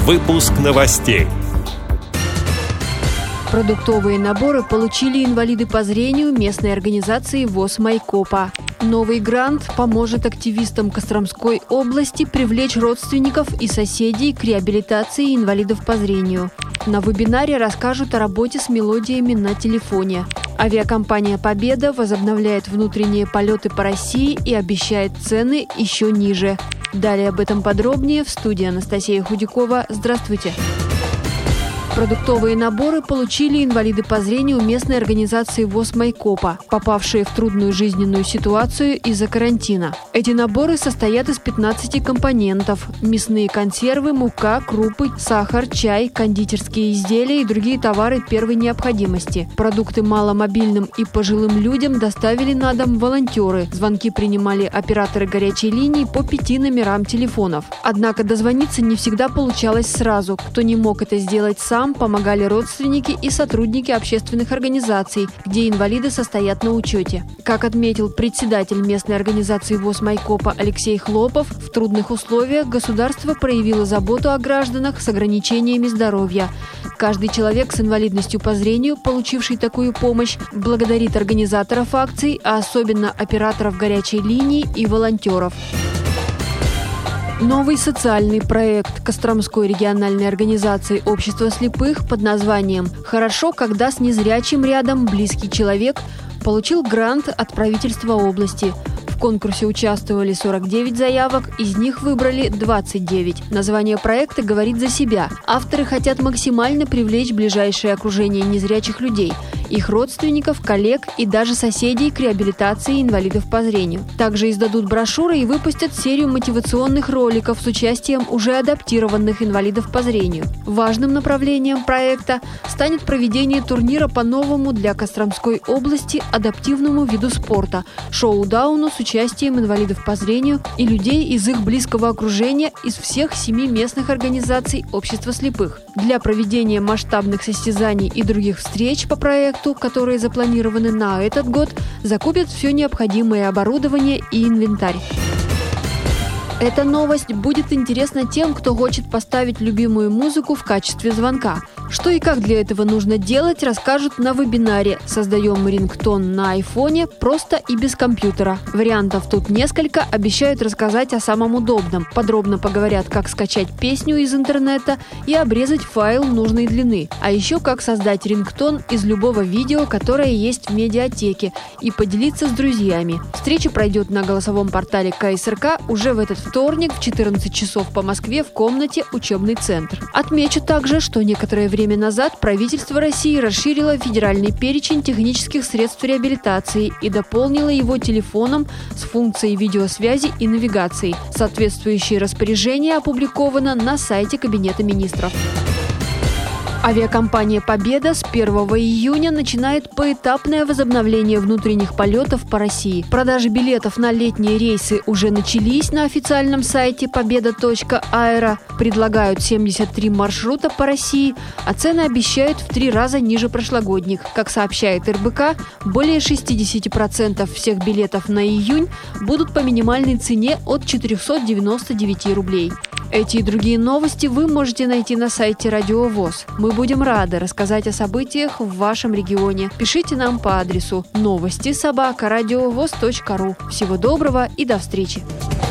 Выпуск новостей. Продуктовые наборы получили инвалиды по зрению местной организации ВОС Майкопа. Новый грант поможет активистам Костромской области привлечь родственников и соседей к реабилитации инвалидов по зрению. На вебинаре расскажут о работе с мелодиями на телефоне. Авиакомпания «Победа» возобновляет внутренние полеты по России и обещает цены еще ниже. Далее об этом подробнее в студии Анастасия Худякова. Здравствуйте! Продуктовые наборы получили инвалиды по зрению местной организации ВОС Майкопа, попавшие в трудную жизненную ситуацию из-за карантина. Эти наборы состоят из 15 компонентов – мясные консервы, мука, крупы, сахар, чай, кондитерские изделия и другие товары первой необходимости. Продукты маломобильным и пожилым людям доставили на дом волонтеры. Звонки принимали операторы горячей линии по 5 номерам телефонов. Однако дозвониться не всегда получалось сразу. Кто не мог это сделать сам, помогали родственники и сотрудники общественных организаций, где инвалиды состоят на учете. Как отметил председатель местной организации ВОС Майкопа Алексей Хлопов, в трудных условиях государство проявило заботу о гражданах с ограничениями здоровья. Каждый человек с инвалидностью по зрению, получивший такую помощь, благодарит организаторов акций, а особенно операторов горячей линии и волонтеров. Новый социальный проект Костромской региональной организации общества слепых под названием «Хорошо, когда с незрячим рядом близкий человек» получил грант от правительства области. В конкурсе участвовали 49 заявок, из них выбрали 29. Название проекта говорит за себя. Авторы хотят максимально привлечь ближайшее окружение незрячих людей, их родственников, коллег и даже соседей к реабилитации инвалидов по зрению. Также издадут брошюры и выпустят серию мотивационных роликов с участием уже адаптированных инвалидов по зрению. Важным направлением проекта станет проведение турнира по новому для Костромской области адаптивному виду спорта – шоу-дауну с участием инвалидов по зрению и людей из их близкого окружения из всех 7 местных организаций общества слепых. Для проведения масштабных состязаний и других встреч по проекту, которые запланированы на этот год, закупят все необходимое оборудование и инвентарь. Эта новость будет интересна тем, кто хочет поставить любимую музыку в качестве звонка. Что и как для этого нужно делать, расскажут на вебинаре «Создаем рингтон на айфоне просто и без компьютера». Вариантов тут несколько, обещают рассказать о самом удобном. Подробно поговорят, как скачать песню из интернета и обрезать файл нужной длины. А еще как создать рингтон из любого видео, которое есть в медиатеке, и поделиться с друзьями. Встреча пройдет на голосовом портале КСРК уже в этот вторник в 14 часов по Москве в комнате «Учебный центр». Отмечу также, что некоторое время назад правительство России расширило федеральный перечень технических средств реабилитации и дополнило его телефоном с функцией видеосвязи и навигации. Соответствующее распоряжение опубликовано на сайте Кабинета министров. Авиакомпания «Победа» с 1 июня начинает поэтапное возобновление внутренних полетов по России. Продажи билетов на летние рейсы уже начались на официальном сайте победа.аэро. Предлагают 73 маршрута по России, а цены обещают в 3 раза ниже прошлогодних. Как сообщает РБК, более 60% всех билетов на июнь будут по минимальной цене от 499 рублей. Эти и другие новости вы можете найти на сайте Радио ВОС. Мы будем рады рассказать о событиях в вашем регионе. Пишите нам по адресу новости@радиовос.ру. Всего доброго и до встречи!